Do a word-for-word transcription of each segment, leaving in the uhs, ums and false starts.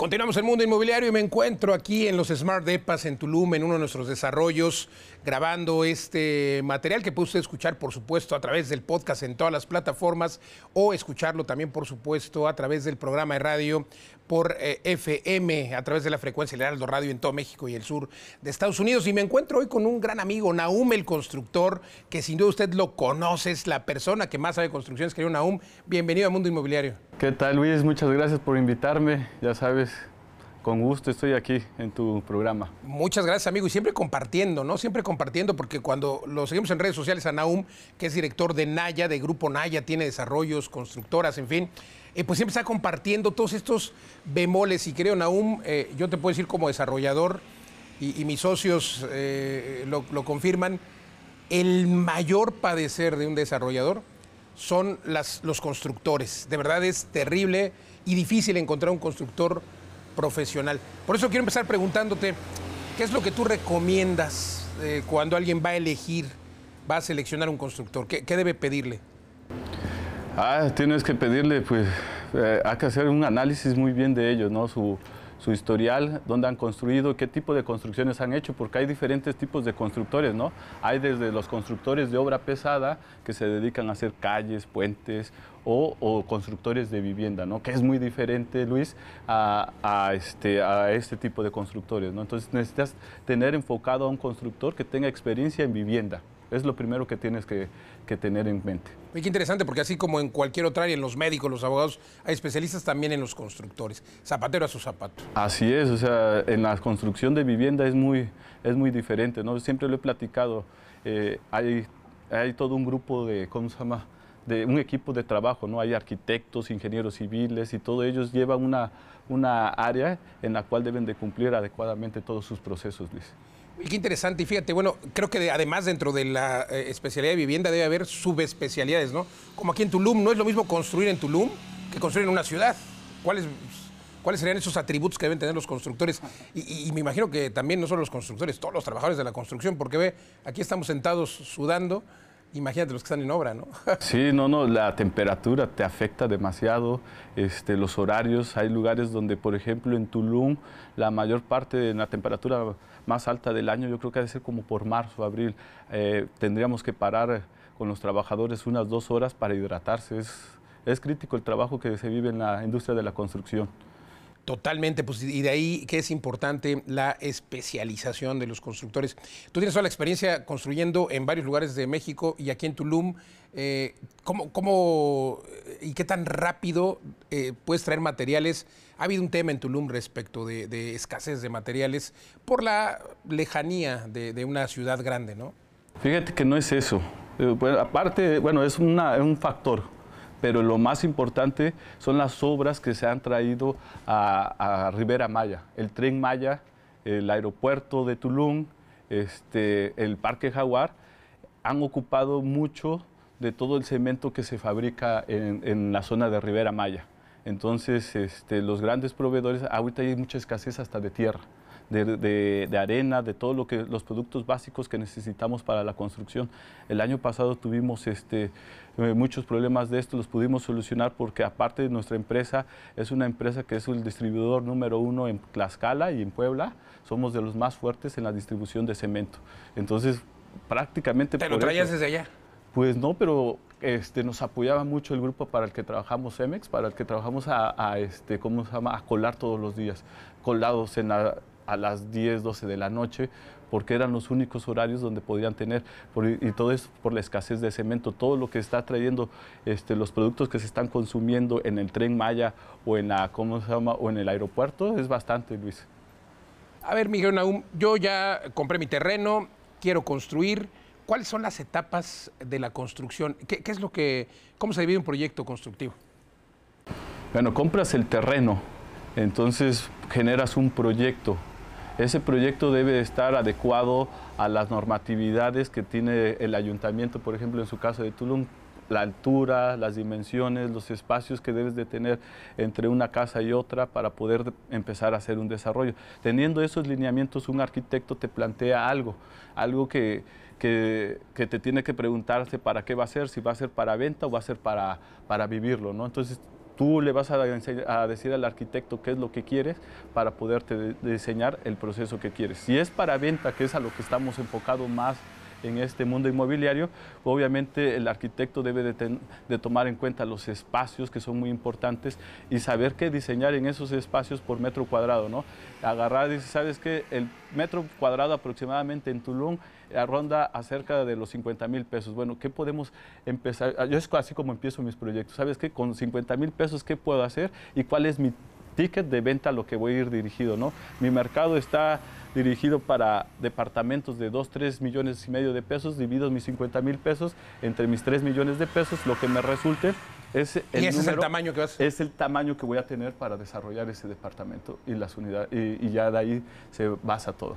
Continuamos el mundo inmobiliario y me encuentro aquí en los Smart Depas en Tulum, en uno de nuestros desarrollos, grabando este material que puede usted escuchar, por supuesto, a través del podcast en todas las plataformas o escucharlo también, por supuesto, a través del programa de radio por eh, F M, a través de la frecuencia del Heraldo Radio en todo México y el sur de Estados Unidos. Y me encuentro hoy con un gran amigo, Nahum, el constructor, que sin duda usted lo conoce, es la persona que más sabe de construcciones, querido Nahum. Bienvenido al mundo inmobiliario. ¿Qué tal, Luis? Muchas gracias por invitarme. Ya sabes, con gusto estoy aquí en tu programa. Muchas gracias, amigo, y siempre compartiendo, ¿no? Siempre compartiendo, porque cuando lo seguimos en redes sociales a Nahum, que es director de Naya, de Grupo Naya, tiene desarrollos, constructoras, en fin, eh, pues siempre está compartiendo todos estos bemoles. Y creo, Nahum, eh, yo te puedo decir como desarrollador, y, y mis socios eh, lo, lo confirman, el mayor padecer de un desarrollador son las, los constructores. De verdad es terrible y difícil encontrar un constructor profesional. Por eso quiero empezar preguntándote, ¿qué es lo que tú recomiendas eh, cuando alguien va a elegir, va a seleccionar un constructor? ¿Qué, qué debe pedirle? Ah, tienes que pedirle, pues, eh, hay que hacer un análisis muy bien de ellos, ¿no? Su, su historial, dónde han construido, qué tipo de construcciones han hecho, porque hay diferentes tipos de constructores, ¿no? Hay desde los constructores de obra pesada que se dedican a hacer calles, puentes, o, o constructores de vivienda, ¿no? Que es muy diferente, Luis, a, a, este, a este tipo de constructores, ¿no? Entonces necesitas tener enfocado a un constructor que tenga experiencia en vivienda. Es lo primero que tienes que, que tener en mente. Muy interesante, porque así como en cualquier otra área, en los médicos, los abogados, hay especialistas también en los constructores. Zapatero a su zapato. Así es, o sea, en la construcción de vivienda es muy, es muy diferente, ¿no? Siempre lo he platicado, eh, hay, hay todo un grupo de, ¿cómo se llama?, de un equipo de trabajo, ¿no? Hay arquitectos, ingenieros civiles y todos ellos llevan una, una área en la cual deben de cumplir adecuadamente todos sus procesos, Luis. Y qué interesante, y fíjate, bueno, creo que de, además dentro de la eh, especialidad de vivienda debe haber subespecialidades, ¿no? Como aquí en Tulum, no es lo mismo construir en Tulum que construir en una ciudad. ¿Cuáles, cuáles serían esos atributos que deben tener los constructores? Y, y, y me imagino que también no solo los constructores, todos los trabajadores de la construcción, porque ve, aquí estamos sentados sudando. Imagínate los que están en obra, ¿no? Sí, no, no, la temperatura te afecta demasiado, este, los horarios. Hay lugares donde, por ejemplo, en Tulum, la mayor parte de la temperatura más alta del año, yo creo que ha de ser como por marzo, abril. Eh, tendríamos que parar con los trabajadores unas dos horas para hidratarse. Es, es crítico el trabajo que se vive en la industria de la construcción. Totalmente, pues, y de ahí que es importante la especialización de los constructores. Tú tienes toda la experiencia construyendo en varios lugares de México y aquí en Tulum. Eh, ¿cómo, cómo y qué tan rápido eh, puedes traer materiales? Ha habido un tema en Tulum respecto de, de escasez de materiales por la lejanía de, de una ciudad grande, ¿no? Fíjate que no es eso. Eh, bueno, aparte, bueno, es una, un factor. Pero lo más importante son las obras que se han traído a, a Rivera Maya. El Tren Maya, el aeropuerto de Tulum, este, el Parque Jaguar, han ocupado mucho de todo el cemento que se fabrica en, en la zona de Rivera Maya. Entonces, este, los grandes proveedores, ahorita hay mucha escasez hasta de tierra. De, de, de arena, de todos lo que, los productos básicos que necesitamos para la construcción. El año pasado tuvimos este, eh, muchos problemas de esto, los pudimos solucionar porque aparte de nuestra empresa, es una empresa que es el distribuidor número uno en Tlaxcala y en Puebla, somos de los más fuertes en la distribución de cemento. Entonces, prácticamente... ¿Te lo traías eso, desde allá? Pues no, pero este, nos apoyaba mucho el grupo para el que trabajamos, Cemex, para el que trabajamos a, a, este, ¿cómo se llama? A colar todos los días, colados en la... a las diez, doce de la noche, porque eran los únicos horarios donde podían tener, por, y todo es por la escasez de cemento. Todo lo que está trayendo, este, los productos que se están consumiendo en el Tren Maya o en, la, ¿cómo se llama? O en el aeropuerto, es bastante, Luis. A ver, Miguel Nahum, yo ya compré mi terreno, quiero construir. ¿Cuáles son las etapas de la construcción? ¿Qué, qué es lo que, cómo se divide un proyecto constructivo? Bueno, compras el terreno, entonces generas un proyecto. Ese proyecto debe estar adecuado a las normatividades que tiene el ayuntamiento, por ejemplo, en su caso de Tulum, la altura, las dimensiones, los espacios que debes de tener entre una casa y otra para poder empezar a hacer un desarrollo. Teniendo esos lineamientos, un arquitecto te plantea algo, algo que, que, que te tiene que preguntarse para qué va a ser, si va a ser para venta o va a ser para, para vivirlo, ¿no? Entonces, tú le vas a, a decir al arquitecto qué es lo que quieres para poderte de, de diseñar el proceso que quieres. Si es para venta, que es a lo que estamos enfocados más en este mundo inmobiliario, obviamente el arquitecto debe de, ten, de tomar en cuenta los espacios que son muy importantes y saber qué diseñar en esos espacios por metro cuadrado, ¿no? Agarrar y dice, ¿sabes qué? El metro cuadrado aproximadamente en Tulum ronda acerca de los cincuenta mil pesos. Bueno, ¿qué podemos empezar? Yo es así como empiezo mis proyectos. ¿Sabes qué? Con cincuenta mil pesos, ¿qué puedo hacer? ¿Y cuál es mi ticket de venta a lo que voy a ir dirigido, ¿no? Mi mercado está dirigido para departamentos de dos, tres millones y medio de pesos, divido mis cincuenta mil pesos entre mis tres millones de pesos, lo que me resulte es el, ¿Y ese número, es el tamaño que vas a... es el tamaño que voy a tener para desarrollar ese departamento y las unidades, y, y ya de ahí se basa todo.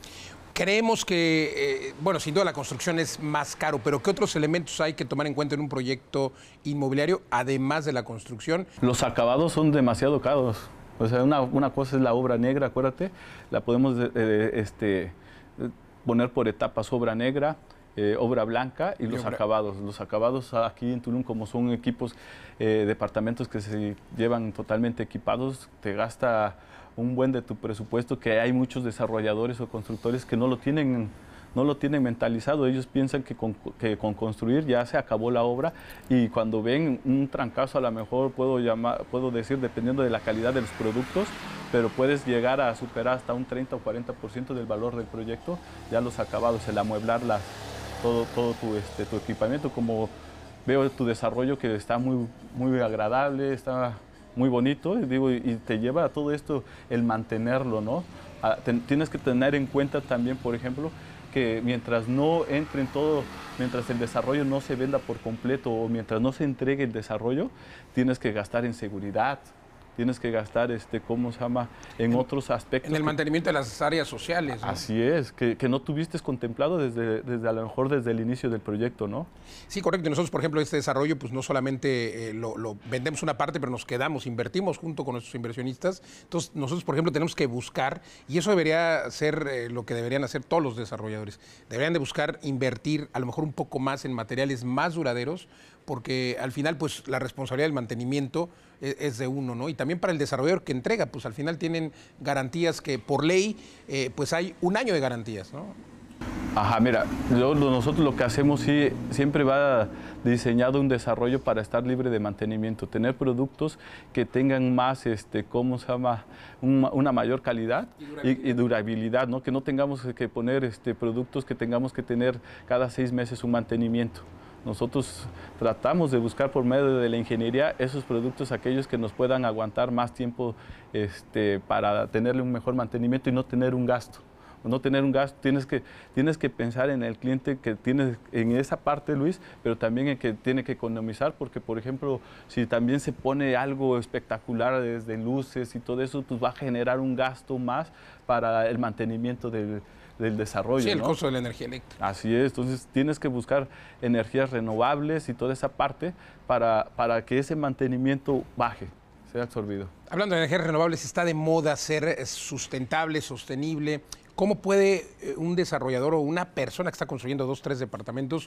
Creemos que, eh, bueno, sin duda la construcción es más caro, pero ¿qué otros elementos hay que tomar en cuenta en un proyecto inmobiliario, además de la construcción? Los acabados son demasiado caros. O sea, una, una cosa es la obra negra, acuérdate, la podemos eh, este, poner por etapas, obra negra, eh, obra blanca y, y los obra... acabados. Los acabados aquí en Tulum, como son equipos, eh, departamentos que se llevan totalmente equipados, te gasta un buen de tu presupuesto, que hay muchos desarrolladores o constructores que no lo tienen, no lo tienen mentalizado. Ellos piensan que con, que con construir ya se acabó la obra y cuando ven un trancazo, a lo mejor puedo, llamar, puedo decir, dependiendo de la calidad de los productos, pero puedes llegar a superar hasta un treinta o cuarenta por ciento del valor del proyecto, ya los acabados, el amueblar las, todo, todo tu, este, tu equipamiento. Como veo tu desarrollo que está muy, muy agradable, está muy bonito, y, digo, y te lleva a todo esto el mantenerlo, ¿no? A, ten, tienes que tener en cuenta también, por ejemplo, que mientras no entre en todo, mientras el desarrollo no se venda por completo o mientras no se entregue el desarrollo, tienes que gastar en seguridad, tienes que gastar, este, ¿cómo se llama?, en, en otros aspectos. En el que, mantenimiento de las áreas sociales, ¿no? Así es, que, que no tuviste contemplado desde, desde a lo mejor desde el inicio del proyecto, ¿no? Sí, correcto. Nosotros, por ejemplo, este desarrollo, pues no solamente eh, lo, lo vendemos una parte, pero nos quedamos, invertimos junto con nuestros inversionistas. Entonces, nosotros, por ejemplo, tenemos que buscar, y eso debería ser eh, lo que deberían hacer todos los desarrolladores, deberían de buscar invertir a lo mejor un poco más en materiales más duraderos, porque al final, pues, la responsabilidad del mantenimiento es, es de uno, ¿no? Y también para el desarrollador que entrega, pues, al final tienen garantías que, por ley, eh, pues, hay un año de garantías, ¿no? Ajá, mira, yo, nosotros lo que hacemos sí, siempre va diseñado un desarrollo para estar libre de mantenimiento, tener productos que tengan más, este, ¿cómo se llama?, una, una mayor calidad y durabilidad, y, y durabilidad, ¿no? Que no tengamos que poner este, productos que tengamos que tener cada seis meses un mantenimiento. Nosotros tratamos de buscar por medio de la ingeniería esos productos, aquellos que nos puedan aguantar más tiempo este, para tenerle un mejor mantenimiento y no tener un gasto. No tener un gasto, tienes que, tienes que pensar en el cliente que tienes en esa parte, Luis, pero también en que tiene que economizar, porque, por ejemplo, si también se pone algo espectacular desde luces y todo eso, pues va a generar un gasto más para el mantenimiento del, del desarrollo. Sí, el ¿no? costo de la energía eléctrica. Así es, entonces tienes que buscar energías renovables y toda esa parte para, para que ese mantenimiento baje, sea absorbido. Hablando de energías renovables, está de moda ser sustentable, sostenible. ¿Cómo puede un desarrollador o una persona que está construyendo dos, tres departamentos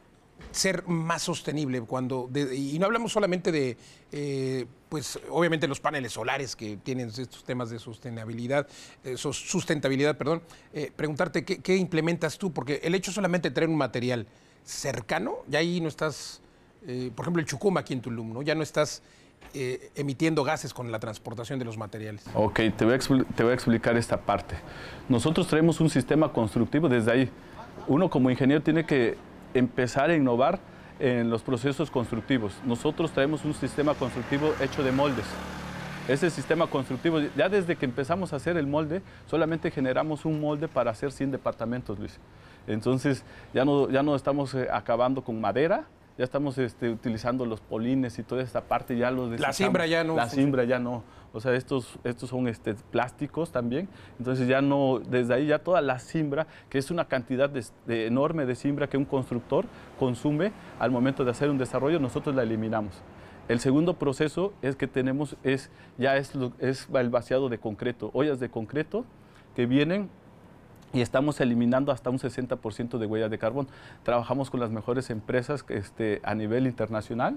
ser más sostenible? Cuando de, y no hablamos solamente de, eh, pues obviamente los paneles solares que tienen estos temas de sostenibilidad, eh, sustentabilidad, perdón. Eh, preguntarte ¿qué, qué implementas tú, porque el hecho solamente de traer un material cercano, ya ahí no estás, eh, por ejemplo el Chucuma aquí en Tulum, ¿no? Ya no estás Eh, emitiendo gases con la transportación de los materiales. Ok, te voy, a te voy a explicar esta parte. Nosotros traemos un sistema constructivo desde ahí. Uno como ingeniero tiene que empezar a innovar en los procesos constructivos. Nosotros traemos un sistema constructivo hecho de moldes. Ese sistema constructivo, ya desde que empezamos a hacer el molde, solamente generamos un molde para hacer cien departamentos, Luis. Entonces, ya no, ya no estamos eh, acabando con madera, ya estamos este, utilizando los polines y toda esta parte, ya los La cimbra ya no. La cimbra ya no. O sea, estos, estos son este, plásticos también. Entonces ya no, desde ahí ya toda la cimbra, que es una cantidad de, de enorme de cimbra que un constructor consume al momento de hacer un desarrollo, nosotros la eliminamos. El segundo proceso es que tenemos, es, ya es, es el vaciado de concreto, ollas de concreto que vienen y estamos eliminando hasta un sesenta por ciento de huella de carbón. Trabajamos con las mejores empresas este, a nivel internacional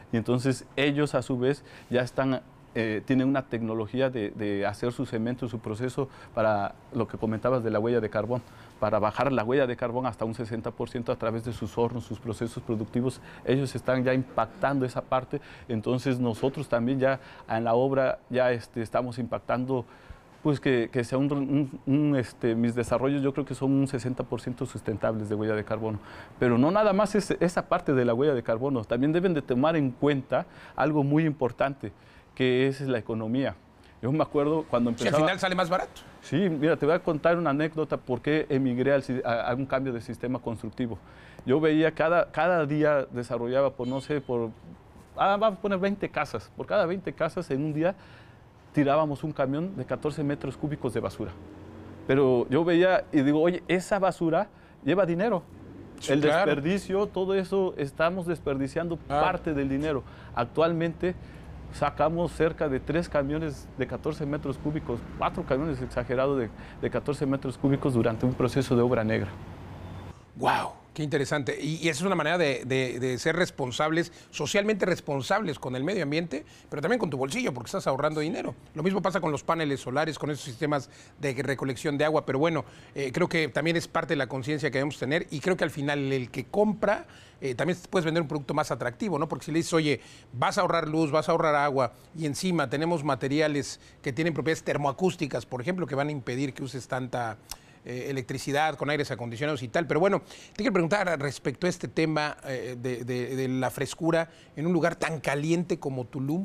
Y entonces ellos a su vez ya están, eh, tienen una tecnología de, de hacer su cemento, su proceso para lo que comentabas de la huella de carbón, para bajar la huella de carbón hasta un sesenta por ciento a través de sus hornos, sus procesos productivos. Ellos están ya impactando esa parte, entonces nosotros también ya en la obra ya este, estamos impactando, pues que, que sea un, un, un, este, mis desarrollos yo creo que son un sesenta por ciento sustentables de huella de carbono. Pero no nada más es esa parte de la huella de carbono, también deben de tomar en cuenta algo muy importante, que es la economía. Yo me acuerdo cuando empezaba... Si al final sale más barato. Sí, mira, te voy a contar una anécdota por qué emigré al, a, a un cambio de sistema constructivo. Yo veía cada, cada día desarrollaba por, no sé, por... Ah, vamos a poner veinte casas. Por cada veinte casas en un día tirábamos un camión de catorce metros cúbicos de basura. Pero yo veía y digo, oye, esa basura lleva dinero. Sí, el claro. desperdicio, todo eso, estamos desperdiciando ah. parte del dinero. Actualmente sacamos cerca de tres camiones de catorce metros cúbicos, cuatro camiones exagerados de, de catorce metros cúbicos durante un proceso de obra negra. ¡Wow! Qué interesante. Y, y esa es una manera de, de, de ser responsables, socialmente responsables con el medio ambiente, pero también con tu bolsillo, porque estás ahorrando dinero. Lo mismo pasa con los paneles solares, con esos sistemas de recolección de agua, pero bueno, eh, creo que también es parte de la conciencia que debemos tener y creo que al final el que compra eh, también puedes vender un producto más atractivo, ¿no? Porque si le dices, oye, vas a ahorrar luz, vas a ahorrar agua y encima tenemos materiales que tienen propiedades termoacústicas, por ejemplo, que van a impedir que uses tanta... Eh, electricidad, con aires acondicionados y tal. Pero bueno, te quiero preguntar respecto a este tema eh, de, de, de la frescura en un lugar tan caliente como Tulum,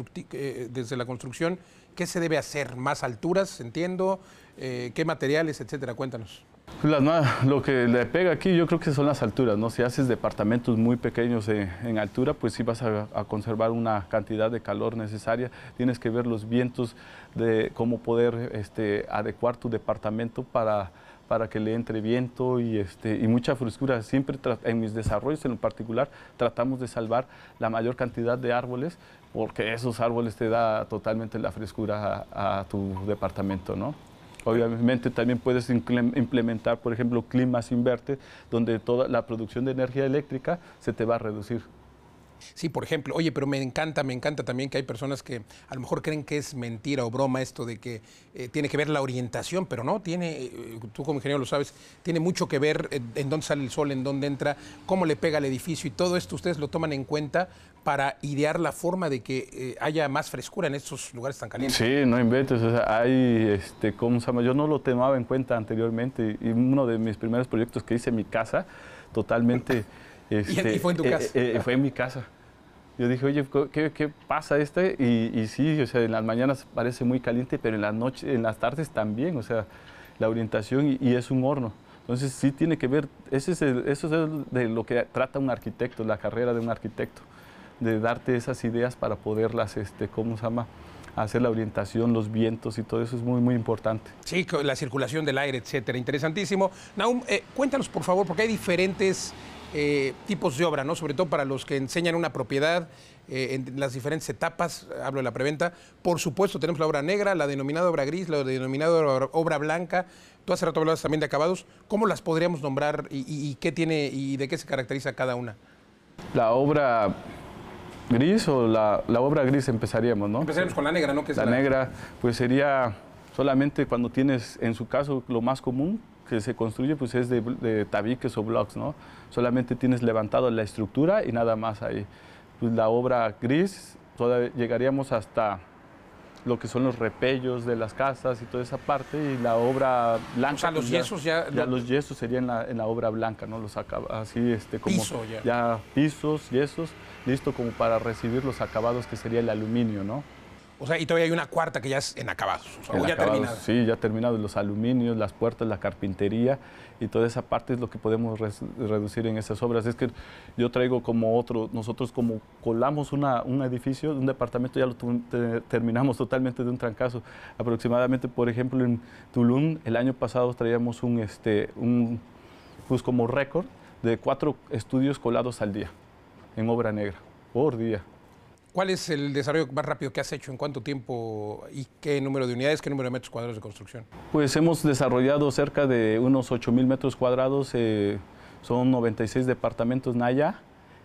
eh, desde la construcción, ¿qué se debe hacer? ¿Más alturas, entiendo? Eh, ¿Qué materiales, etcétera? Cuéntanos. Las, lo que le pega aquí yo creo que son las alturas, ¿no? Si haces departamentos muy pequeños en, en altura, pues sí vas a, a conservar una cantidad de calor necesaria. Tienes que ver los vientos, de cómo poder este, adecuar tu departamento para, para que le entre viento y, este, y mucha frescura. Siempre en mis desarrollos en particular tratamos de salvar la mayor cantidad de árboles, porque esos árboles te da totalmente la frescura a, a tu departamento, ¿no? Obviamente también puedes implementar, por ejemplo, climas inverter, donde toda la producción de energía eléctrica se te va a reducir. Sí, por ejemplo, oye, pero me encanta, me encanta también que hay personas que a lo mejor creen que es mentira o broma esto de que eh, tiene que ver la orientación, pero no, tiene, eh, tú como ingeniero lo sabes, tiene mucho que ver en, en dónde sale el sol, en dónde entra, cómo le pega al edificio y todo esto ustedes lo toman en cuenta para idear la forma de que eh, haya más frescura en estos lugares tan calientes. Sí, no inventes, o sea, hay, este, ¿cómo se llama? Yo no lo tomaba en cuenta anteriormente y uno de mis primeros proyectos que hice en mi casa, totalmente... Este, ¿Y fue en tu casa? Eh, eh, fue en mi casa. Yo dije, oye, ¿qué, qué pasa este? Y, y sí, o sea, en las mañanas parece muy caliente, pero en las noches, en las tardes también, o sea, la orientación y, y es un horno. Entonces sí tiene que ver, ese es el, eso es de lo que trata un arquitecto, la carrera de un arquitecto, de darte esas ideas para poderlas, este, ¿cómo se llama? Hacer la orientación, los vientos y todo eso es muy, muy importante. Sí, la circulación del aire, etcétera. Interesantísimo. Nahum, eh, cuéntanos, por favor, porque hay diferentes eh, tipos de obra, ¿no? Sobre todo para los que enseñan una propiedad eh, en las diferentes etapas, hablo de la preventa. Por supuesto, tenemos la obra negra, la denominada obra gris, la denominada obra, obra blanca. Tú hace rato hablabas también de acabados. ¿Cómo las podríamos nombrar y, y, y qué tiene y de qué se caracteriza cada una? La obra gris o la, la obra gris empezaríamos, ¿no? Empezaríamos con la negra, ¿no? Que es la, la negra, pues sería solamente cuando tienes, en su caso, lo más común que se construye, pues es de, de tabiques o blocks, ¿no? Solamente tienes levantado la estructura y nada más ahí. Pues la obra gris, todavía llegaríamos hasta lo que son los repellos de las casas y toda esa parte, y la obra blanca. O sea, los pues ya, yesos ya... ya los yesos serían en la, en la obra blanca, ¿no? Los acaba, así, este, como Piso ya. ya pisos, yesos, listo como para recibir los acabados que sería el aluminio, ¿no? O sea, y todavía hay una cuarta que ya es en acabados, o sea, en o ya acabados, terminada. Sí, ya terminado, los aluminios, las puertas, la carpintería y toda esa parte es lo que podemos re reducir en esas obras. Es que yo traigo como otro, nosotros como colamos una, un edificio, un departamento, ya lo te terminamos totalmente de un trancazo. Aproximadamente, por ejemplo, en Tulum, el año pasado traíamos un, este, un pues como récord de cuatro estudios colados al día, en obra negra, por día. ¿Cuál es el desarrollo más rápido que has hecho? ¿En cuánto tiempo y qué número de unidades, qué número de metros cuadrados de construcción? Pues hemos desarrollado cerca de unos ocho mil metros cuadrados, eh, son noventa y seis departamentos Naya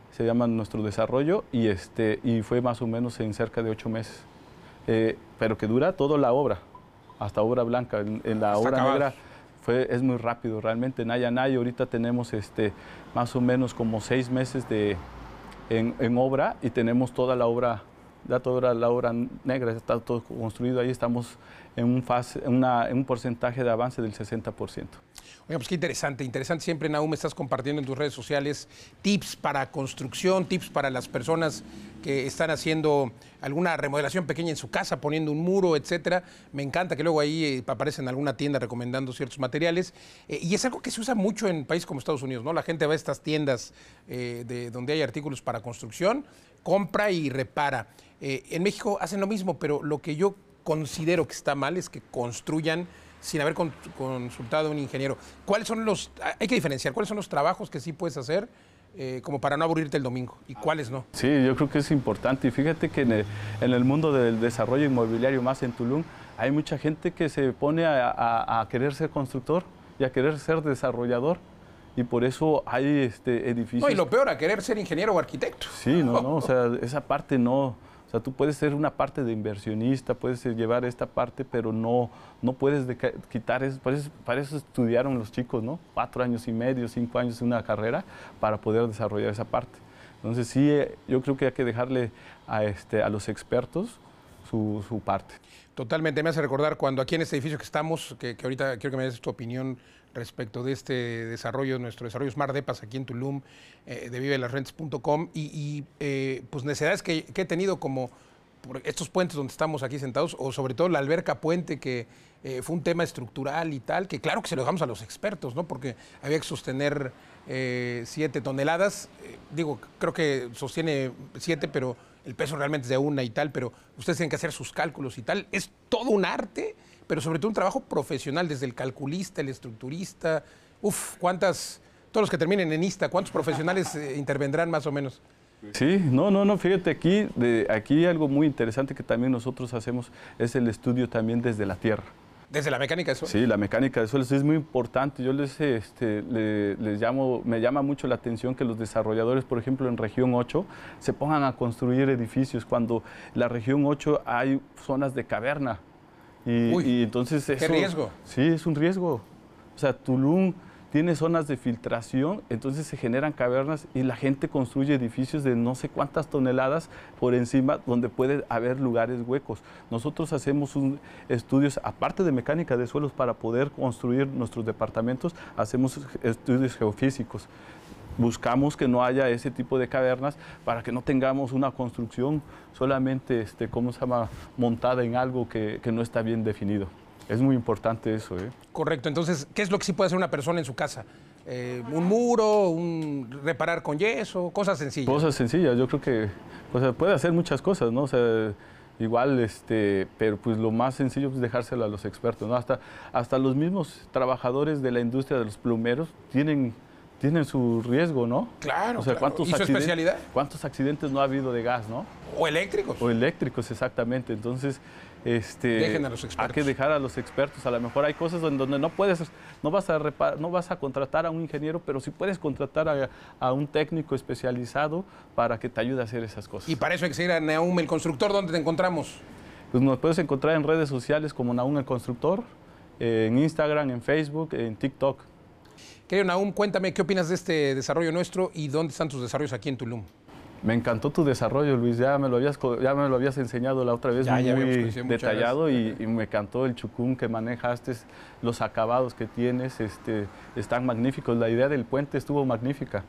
se llama nuestro desarrollo, y, este, y fue más o menos en cerca de ocho meses. Eh, pero que dura toda la obra, hasta obra blanca. En, en la Hasta obra acabados. negra fue, es muy rápido, realmente. Naya Naya, ahorita tenemos este, más o menos como seis meses de, en, en obra, y tenemos toda la obra, ya toda la obra negra, está todo construido. Ahí estamos en un, fase, en una, en un porcentaje de avance del sesenta por ciento. Oiga, pues qué interesante, interesante. Siempre, Nahum, estás compartiendo en tus redes sociales tips para construcción, tips para las personas que están haciendo alguna remodelación pequeña en su casa, poniendo un muro, etcétera. Me encanta que luego ahí eh, aparecen en alguna tienda recomendando ciertos materiales. Eh, y es algo que se usa mucho en países como Estados Unidos, ¿no? La gente va a estas tiendas eh, de, donde hay artículos para construcción, compra y repara. Eh, en México hacen lo mismo, pero lo que yo considero que está mal es que construyan sin haber con, consultado a un ingeniero. ¿Cuáles son los, hay que diferenciar, cuáles son los trabajos que sí puedes hacer eh, como para no aburrirte el domingo y cuáles no? Sí, yo creo que es importante, y fíjate que en el, en el mundo del desarrollo inmobiliario, más en Tulum, hay mucha gente que se pone a, a, a querer ser constructor y a querer ser desarrollador, y por eso hay este, edificios... No, y lo peor, a querer ser ingeniero o arquitecto. Sí, no, no, o sea, esa parte no... O sea, tú puedes ser una parte de inversionista, puedes llevar esta parte, pero no, no puedes deca- quitar eso. Para eso. Para eso estudiaron los chicos, ¿no? Cuatro años y medio, cinco años de una carrera para poder desarrollar esa parte. Entonces sí, eh, yo creo que hay que dejarle a, este, a los expertos su, su parte. Totalmente, me hace recordar cuando aquí en este edificio que estamos, que, que ahorita quiero que me des tu opinión respecto de este desarrollo, nuestro desarrollo Smart Depas aquí en Tulum, eh, de vive las rentas punto com, y, y eh, pues necesidades que, que he tenido como por estos puentes donde estamos aquí sentados, o sobre todo la alberca puente, que eh, fue un tema estructural y tal, que claro que se lo dejamos a los expertos, ¿no? Porque había que sostener eh, siete toneladas, eh, digo, creo que sostiene siete, pero el peso realmente es de una y tal, pero ustedes tienen que hacer sus cálculos y tal. Es todo un arte, pero sobre todo un trabajo profesional, desde el calculista, el estructurista. Uf, cuántas, todos los que terminen en ISTA, ¿cuántos profesionales eh, intervendrán más o menos? Sí, no, no, no, fíjate, aquí, de, aquí algo muy interesante que también nosotros hacemos es el estudio también desde la tierra. ¿Desde la mecánica de suelo? Sí, la mecánica de suelos es muy importante. Yo les, este, le- les llamo, me llama mucho la atención que los desarrolladores, por ejemplo, en región ocho, se pongan a construir edificios cuando en la región ocho hay zonas de caverna. Y, Uy, y entonces qué eso, riesgo. Sí, es un riesgo. O sea, Tulum tiene zonas de filtración, entonces se generan cavernas y la gente construye edificios de no sé cuántas toneladas por encima donde puede haber lugares huecos. Nosotros hacemos un, estudios, aparte de mecánica de suelos, para poder construir nuestros departamentos, hacemos estudios geofísicos. Buscamos que no haya ese tipo de cavernas para que no tengamos una construcción solamente, este, ¿cómo se llama?, montada en algo que, que no está bien definido. Es muy importante eso, ¿eh? Correcto. Entonces, ¿qué es lo que sí puede hacer una persona en su casa? Eh, un muro, un reparar con yeso, cosas sencillas. Cosas sencillas, yo creo que o sea, puede hacer muchas cosas, ¿no? O sea, igual, este, pero pues lo más sencillo es dejárselo a los expertos, ¿no? Hasta, hasta los mismos trabajadores de la industria de los plomeros tienen, tienen su riesgo, ¿no? Claro, O sea, claro. ¿cuántos ¿Y su accidentes- especialidad? ¿Cuántos accidentes no ha habido de gas, no? O eléctricos. O eléctricos, exactamente. Entonces, este, Dejen a los hay expertos. que dejar a los expertos. A lo mejor hay cosas donde, donde no puedes, no vas a repar- no vas a contratar a un ingeniero, pero sí puedes contratar a, a un técnico especializado para que te ayude a hacer esas cosas. Y para eso hay que seguir a Nahum, el constructor. ¿Dónde te encontramos? Pues nos puedes encontrar en redes sociales como Nahum el Constructor, eh, en Instagram, en Facebook, en TikTok. Querido Nahum, cuéntame qué opinas de este desarrollo nuestro y dónde están tus desarrollos aquí en Tulum. Me encantó tu desarrollo, Luis. Ya me lo habías, co- ya me lo habías enseñado la otra vez, Ya, ya habíamos muy coincidido, muchas detallado, y, y me encantó el chucún que manejaste, los acabados que tienes, este, están magníficos. La idea del puente estuvo magnífica.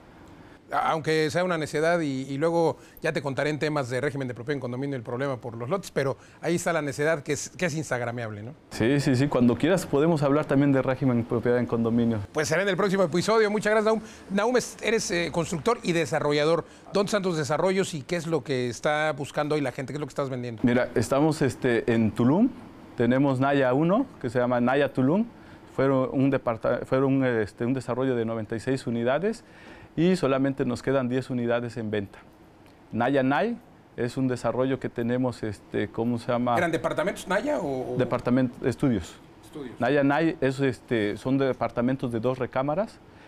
A- Aunque sea una necedad y, y luego ya te contaré en temas de régimen de propiedad en condominio el problema por los lotes, pero ahí está la necedad que es, que es instagrameable, ¿no? Sí, sí, sí. Cuando quieras podemos hablar también de régimen de propiedad en condominio. Pues será en el próximo episodio. Muchas gracias, Nahum. Nahum, es- eres eh, constructor y desarrollador. ¿Dónde están tus desarrollos y qué es lo que está buscando hoy la gente? ¿Qué es lo que estás vendiendo? Mira, estamos este, en Tulum, tenemos Naya uno, que se llama Naya Tulum, fueron un, departa- fueron, este, un desarrollo de noventa y seis unidades y solamente nos quedan diez unidades en venta. Naya Nay es un desarrollo que tenemos, este, ¿cómo se llama? ¿Eran departamentos Naya o...? o Departamento, estudios. estudios? Naya Nay es, este, son departamentos de dos recámaras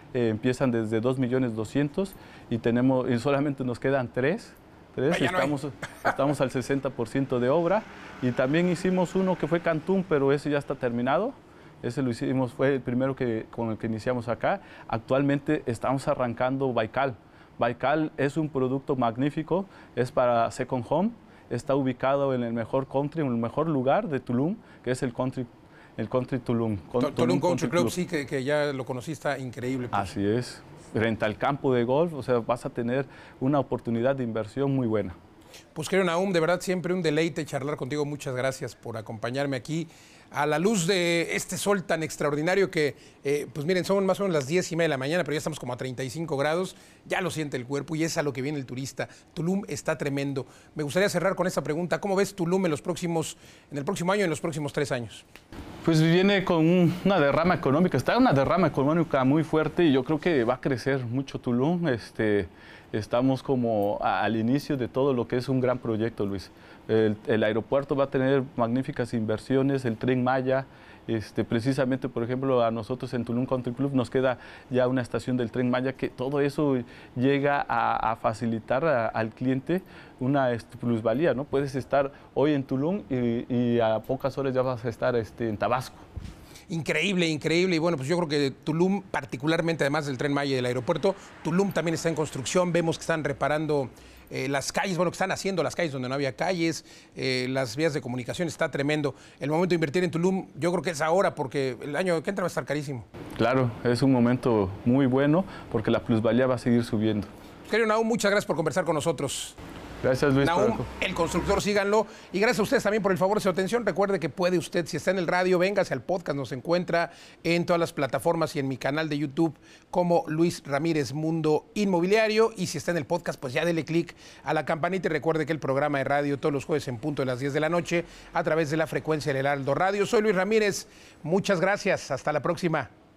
eh, empiezan desde dos millones doscientos y, tenemos, y solamente nos quedan tres. tres Ay, estamos, no estamos al sesenta por ciento de obra. Y también hicimos uno que fue Cantún, pero ese ya está terminado. Ese lo hicimos, fue el primero que, con el que iniciamos acá. Actualmente estamos arrancando Baikal. Baikal es un producto magnífico, es para Second Home. Está ubicado en el mejor country, en el mejor lugar de Tulum, que es el country, el country Tulum. Tulum, Tulum Country Club, Club, sí, que, que ya lo conocí, está increíble. Pues. Así es. Frente al campo de golf, o sea, vas a tener una oportunidad de inversión muy buena. Pues querido Nahum, de verdad siempre un deleite charlar contigo. Muchas gracias por acompañarme aquí a la luz de este sol tan extraordinario que, eh, pues miren, son más o menos las diez y media de la mañana, pero ya estamos como a treinta y cinco grados, ya lo siente el cuerpo y es a lo que viene el turista. Tulum está tremendo. Me gustaría cerrar con esta pregunta. ¿Cómo ves Tulum en, los próximos, en el próximo año y en los próximos tres años? Pues viene con un, una derrama económica, está una derrama económica muy fuerte y yo creo que va a crecer mucho Tulum. Este, estamos como a, al inicio de todo lo que es un gran proyecto, Luis. El, el aeropuerto va a tener magníficas inversiones, el Tren Maya, este, precisamente, por ejemplo, a nosotros en Tulum Country Club nos queda ya una estación del Tren Maya, que todo eso llega a, a facilitar a, al cliente una este, plusvalía, ¿no? Puedes estar hoy en Tulum y, y a pocas horas ya vas a estar este, en Tabasco. Increíble, increíble. Y bueno, pues yo creo que Tulum, particularmente además del Tren Maya y del aeropuerto, Tulum también está en construcción. Vemos que están reparando eh, las calles, bueno, que están haciendo las calles donde no había calles, eh, las vías de comunicación, está tremendo. El momento de invertir en Tulum, yo creo que es ahora, porque el año que entra va a estar carísimo. Claro, es un momento muy bueno porque la plusvalía va a seguir subiendo. Querido Nahum, muchas gracias por conversar con nosotros. Gracias, Luis. Nahum, el constructor, síganlo. Y gracias a ustedes también por el favor de su atención. Recuerde que puede usted, si está en el radio, véngase al podcast. Nos encuentra en todas las plataformas y en mi canal de YouTube como Luis Ramírez Mundo Inmobiliario. Y si está en el podcast, pues ya dele clic a la campanita y recuerde que el programa de radio todos los jueves en punto de las diez de la noche a través de la frecuencia del Heraldo Radio. Soy Luis Ramírez. Muchas gracias. Hasta la próxima.